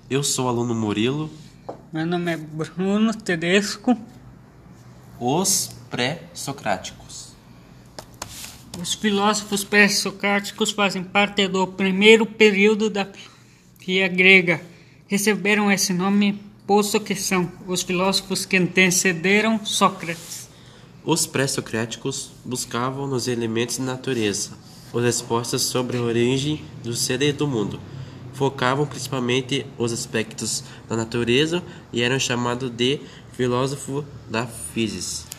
Eu sou o aluno Murilo. Meu nome é Bruno Tedesco. Os pré-socráticos. Os filósofos pré-socráticos fazem parte do primeiro período da filosofia grega. Receberam esse nome posto que são os filósofos que antecederam Sócrates. Os pré-socráticos buscavam nos elementos da natureza as respostas sobre a origem do ser e do mundo. Focavam principalmente os aspectos da natureza e eram chamados de filósofo da physis.